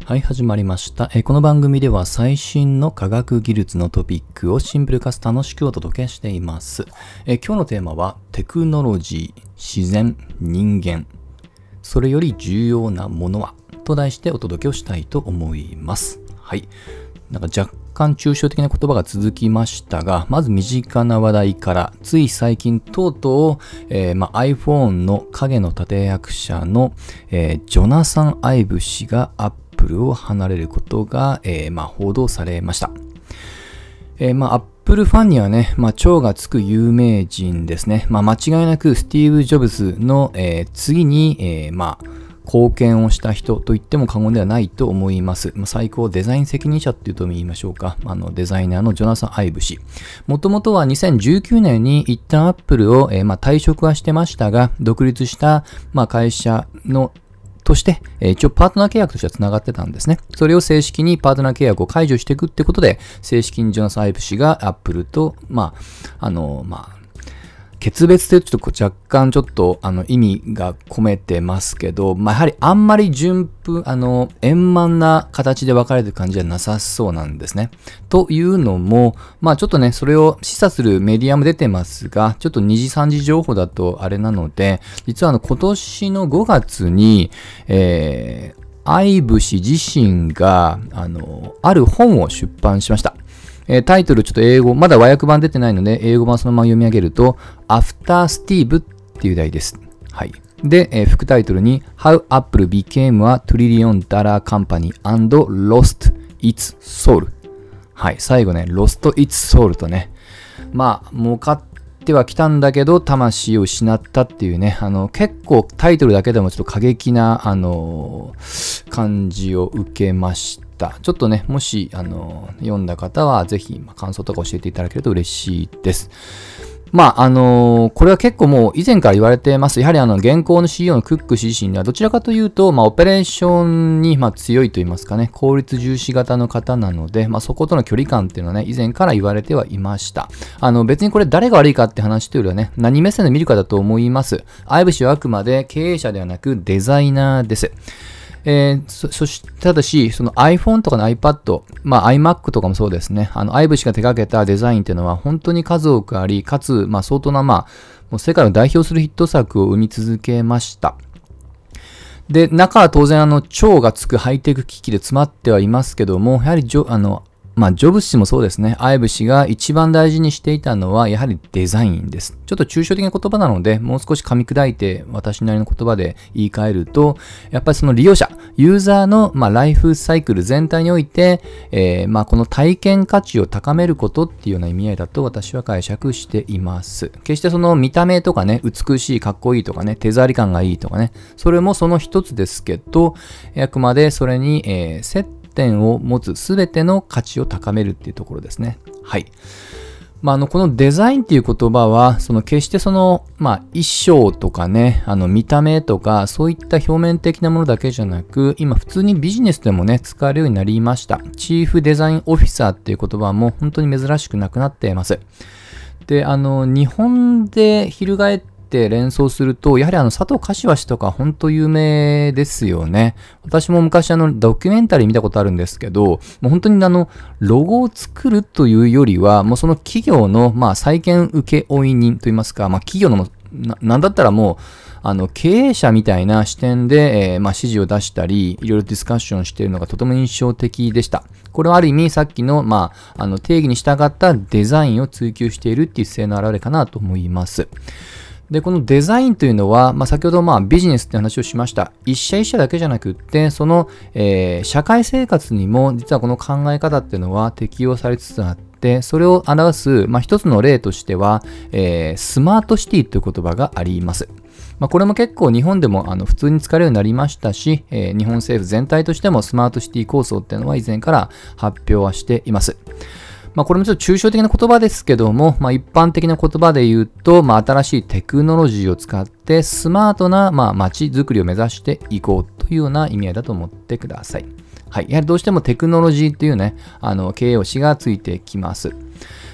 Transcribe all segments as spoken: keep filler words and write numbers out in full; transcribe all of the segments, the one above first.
はい、始まりました。えーこの番組では最新の科学技術のトピックをシンプルかつ楽しくお届けしています。えー今日のテーマはテクノロジー、自然、人間、それより重要なものはと題してお届けをしたいと思います。はい。なんか若干抽象的な言葉が続きましたが、まず身近な話題から、つい最近とうとう、えーまあ、iPhone の影の立役者の、えージョナサン・アイブ氏がアップルを離れることが、えーまあ、報道されました。えーまあ、アップルファンにはね、まあ、超がつく有名人ですね。まあ、間違いなくスティーブ・ジョブズの、えー次に、えーまあ、貢献をした人と言っても過言ではないと思います。まあ、最高デザイン責任者っていうと言いましょうか。あのデザイナーのジョナサン・アイブ氏。もともとはにせんじゅうきゅうねんに一旦アップルを、えーまあ、退職はしてましたが、独立した、まあ、会社のとして、えー一応パートナー契約としては繋がってたんですね。それを正式にパートナー契約を解除していくってことで、正式にジョナサン・アイブ氏がアップルと、まあ、あの、まあ、決別でちょっと若干ちょっとあの意味が込めてますけど、まあ、やはりあんまり順風、あの、円満な形で分かれてる感じじゃなさそうなんですね。というのも、まあちょっとね、それを示唆するメディアも出てますが、ちょっと二次三次情報だとあれなので、実はあの今年のごがつに、えー、アイブ氏自身が、あの、ある本を出版しました。えータイトルちょっと英語、まだ和訳版出てないので、英語版そのまま読み上げると、After Steve っていう題です。はい。で、えー副タイトルに、How Apple Became a Trillion Dollar Company and Lost Its Soul。はい。最後ね、Lost Its Soul とね、まあ、儲かってはきたんだけど、魂を失ったっていうね、あの、結構タイトルだけでもちょっと過激な、あのー感じを受けました。ちょっとね、もし、あの、読んだ方は、ぜひ、まあ感想とか教えていただけると嬉しいです。まあ、あのこれは結構もう以前から言われてます。やはりあの、現行の シーイーオー のクック氏自身はどちらかというと、まあ、オペレーションに、まあ、強いと言いますかね、効率重視型の方なので、まあ、そことの距離感っていうのはね、以前から言われてはいました。あの、別にこれ誰が悪いかって話というよりはね、何目線で見るかだと思います。アイブ氏はあくまで経営者ではなくデザイナーです。えー、そ、そして、ただし、その iPhone とかの iPad、まあ iMac とかもそうですね。あの、アイブ氏が手掛けたデザインっていうのは本当に数多くあり、かつ、まあ相当な、まあ、もう世界を代表するヒット作を生み続けました。で、中は当然あの、超がつくハイテク機器で詰まってはいますけども、やはりジョ、あの、まあ、ジョブズ氏もそうですね。アイブ氏が一番大事にしていたのは、やはりデザインです。ちょっと抽象的な言葉なので、もう少し噛み砕いて、私なりの言葉で言い換えると、やっぱりその利用者、ユーザーの、まあ、ライフサイクル全体において、えー、まあ、この体験価値を高めることっていうような意味合いだと私は解釈しています。決してその見た目とかね、美しい、かっこいいとかね、手触り感がいいとかね、それもその一つですけど、あくまでそれに、えー、セット点を持つすべての価値を高めるっていうところですね。はい。まあ、あの、このデザインっていう言葉は、その決してその、まあ、衣装とかね、あの、見た目とか、そういった表面的なものだけじゃなく、今普通にビジネスでもね、使われるようになりました。チーフデザインオフィサーっていう言葉も本当に珍しくなくなっています。で、あの、日本で翻ってって連想すると、やはりあの佐藤柏氏とか本当有名ですよね。私も昔あのドキュメンタリー見たことあるんですけど、もう本当にあのロゴを作るというよりは、もうその企業のまあ債権請負人といいますか、まあ企業のななんだったらもうあの経営者みたいな視点で、えー、まあ指示を出したり、いろいろディスカッションしているのがとても印象的でした。これはある意味さっきの、まあ、あの定義に従ったデザインを追求しているっていう姿勢の表れかなと思います。で、このデザインというのは、まあ、先ほどまあビジネスって話をしました。一社一社だけじゃなくって、その、えー、社会生活にも実はこの考え方っていうのは適用されつつあって、それを表す、まあ、一つの例としては、えー、スマートシティという言葉があります。まあ、これも結構日本でもあの普通に使えるようになりましたし、えー、日本政府全体としてもスマートシティ構想っていうのは以前から発表はしています。まあこれもちょっと抽象的な言葉ですけども、まあ一般的な言葉で言うと、まあ新しいテクノロジーを使ってスマートなまあ街づくりを目指していこうというような意味合いだと思ってください。はい。やはりどうしてもテクノロジーっていうね、あの形容詞がついてきます。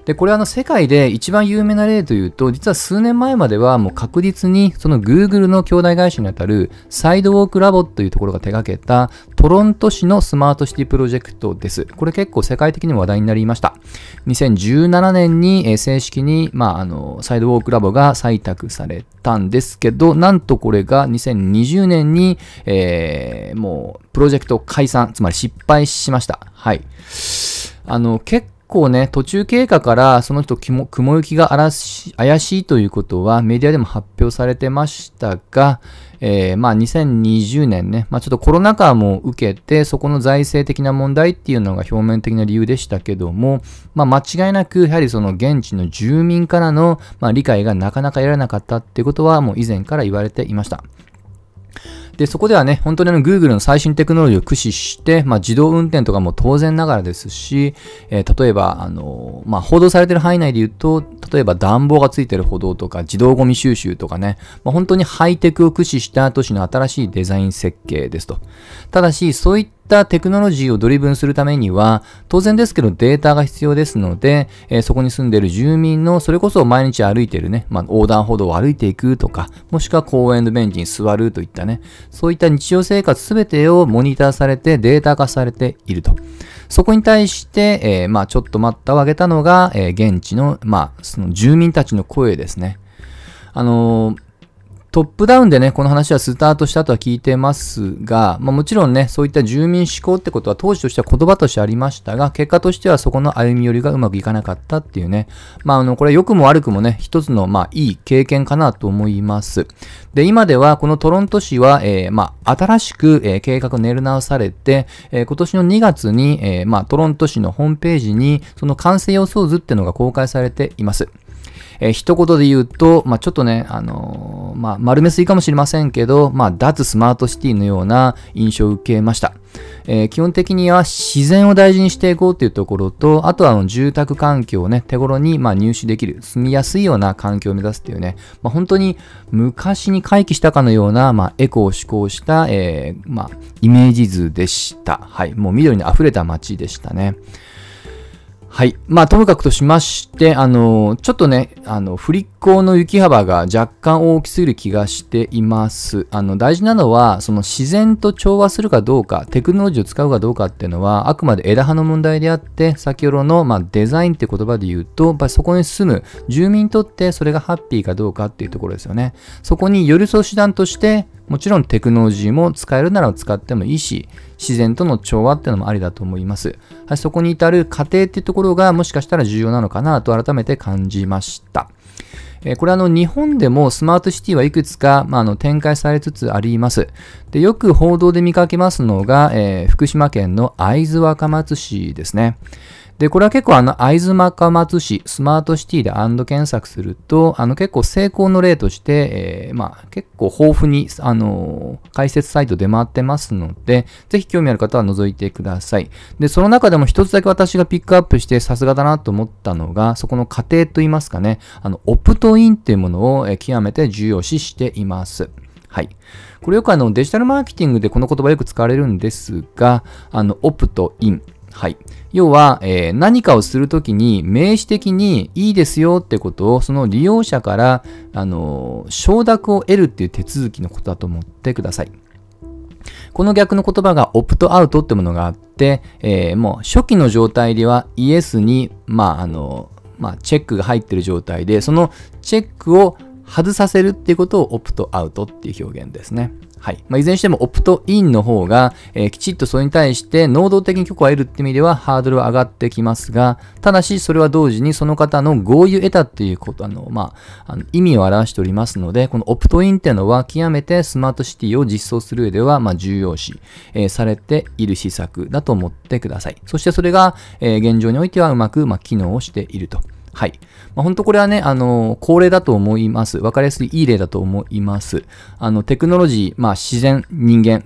で、これはあの世界で一番有名な例というと、実は数年前まではもう確実にその Google の兄弟会社にあたるサイドウォークラボというところが手掛けたトロント市のスマートシティプロジェクトです。これ結構世界的にも話題になりました。にせんじゅうななねんに正式に、まあ、あのサイドウォークラボが採択されたんですけど、なんとこれがにせんにじゅうねんに、えー、もうプロジェクト解散、つまり失敗しました。はい。あの結構結構ね、途中経過からその人雲行きが怪しいということはメディアでも発表されてましたが、えー、まあにせんにじゅうねんね、まあちょっとコロナ禍も受けて、そこの財政的な問題っていうのが表面的な理由でしたけども、まあ間違いなくやはりその現地の住民からの、まあ、理解がなかなか得られなかったっていうことはもう以前から言われていました。で、そこではね、本当にあの Google の最新テクノロジーを駆使して、まあ、自動運転とかも当然ながらですし、えー、例えば、あの、まあ、報道されている範囲内で言うと、例えば暖房がついている歩道とか、自動ゴミ収集とかね、まあ、本当にハイテクを駆使した都市の新しいデザイン設計ですと。ただし、そういったテクノロジーをドリブンするためには、当然ですけどデータが必要ですので、えー、そこに住んでいる住民の、それこそ毎日歩いているね、まあ、横断歩道を歩いていくとか、もしくは公園のベンチに座るといったね、そういった日常生活すべてをモニターされてデータ化されていると。そこに対して、えー、まあちょっと待ったを挙げたのが、えー、現地の、まあその住民たちの声ですね。あのー、トップダウンでね、この話はスタートしたとは聞いてますが、まあ、もちろんね、そういった住民思考ってことは当時としては言葉としてありましたが、結果としてはそこの歩み寄りがうまくいかなかったっていうね。まあ、あの、これ良くも悪くもね、一つの、まあ、いい経験かなと思います。で、今ではこのトロント市は、えー、まあ、新しく、えー、計画を練り直されて、えー、今年のにがつに、えー、まあ、トロント市のホームページに、その完成予想図っていうのが公開されています。えー、一言で言うと、まあ、ちょっとね、あのー、まあ、丸めすぎかもしれませんけど、まあ、脱スマートシティのような印象を受けました。えー、基本的には自然を大事にしていこうというところと、あとはあの住宅環境をね、手頃にまあ入手できる、住みやすいような環境を目指すというね、まあ、本当に昔に回帰したかのような、まあ、エコを志向した、えー、まあ、イメージ図でした。はい。もう緑に溢れた街でしたね。はい。まあ、ともかくとしまして、あの、ちょっとね、あの、振り子の雪幅が若干大きすぎる気がしています。あの、大事なのは、その自然と調和するかどうか、テクノロジーを使うかどうかっていうのは、あくまで枝葉の問題であって、先ほどの、まあ、デザインって言葉で言うと、やっぱりそこに住む住民にとってそれがハッピーかどうかっていうところですよね。そこに寄り添う手段として、もちろんテクノロジーも使えるなら使ってもいいし、自然との調和っていうのもありだと思います。はい、そこに至る過程っていうところがもしかしたら重要なのかなと改めて感じました。えー、これはあの日本でもスマートシティはいくつか、まあ、あの展開されつつあります。で、よく報道で見かけますのが、えー、福島県の会津若松市ですね。で、これは結構あの、会津若松市、スマートシティでアンド検索すると、あの結構成功の例として、えー、まあ結構豊富に、あのー、解説サイト出回ってますので、ぜひ興味ある方は覗いてください。で、その中でも一つだけ私がピックアップしてさすがだなと思ったのが、そこの過程といいますかね、あの、オプトインっていうものを、えー、極めて重要視しています。はい。これよくあの、デジタルマーケティングでこの言葉よく使われるんですが、あの、オプトイン。はい。要は、えー、何かをするときに名詞的にいいですよってことをその利用者から、あのー、承諾を得るっていう手続きのことだと思ってください。この逆の言葉がオプトアウトってものがあって、えー、もう初期の状態ではイエスに、まあ、あのー、まあ、チェックが入っている状態で、そのチェックを外させるっていうことをオプトアウトっていう表現ですね。はい。まあ、いずれにしてもオプトインの方が、えー、きちっとそれに対して能動的に許可を得るって意味ではハードルは上がってきますが、ただしそれは同時にその方の合意を得たっていうこと、あの、まあ、あの意味を表しておりますので、このオプトインっていうのは極めてスマートシティを実装する上では、まあ、重要視、えー、されている施策だと思ってください。そしてそれが、えー、現状においてはうまく、まあ、機能をしていると。はい。まあ、本当これはね、あの、恒例だと思います。わかりやすいいい例だと思います。あの、テクノロジー、まあ、自然、人間ね、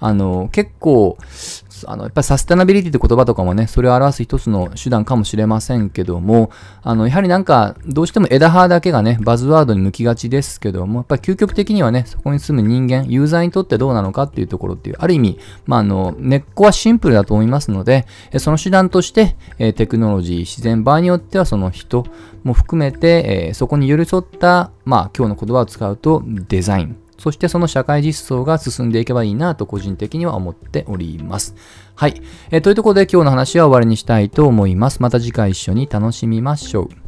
あの、結構、あの、やっぱりサステナビリティって言葉とかもね、それを表す一つの手段かもしれませんけども、あの、やはりなんか、どうしても枝葉だけがね、バズワードに向きがちですけども、やっぱり究極的にはね、そこに住む人間、ユーザーにとってどうなのかっていうところっていう、ある意味、まあ、あの、根っこはシンプルだと思いますので、その手段として、えー、テクノロジー、自然、場合によってはその人も含めて、えー、そこに寄り添った、まあ、今日の言葉を使うと、デザイン。そしてその社会実装が進んでいけばいいなと個人的には思っております。はい。えー、というところで今日の話は終わりにしたいと思います。また次回一緒に楽しみましょう。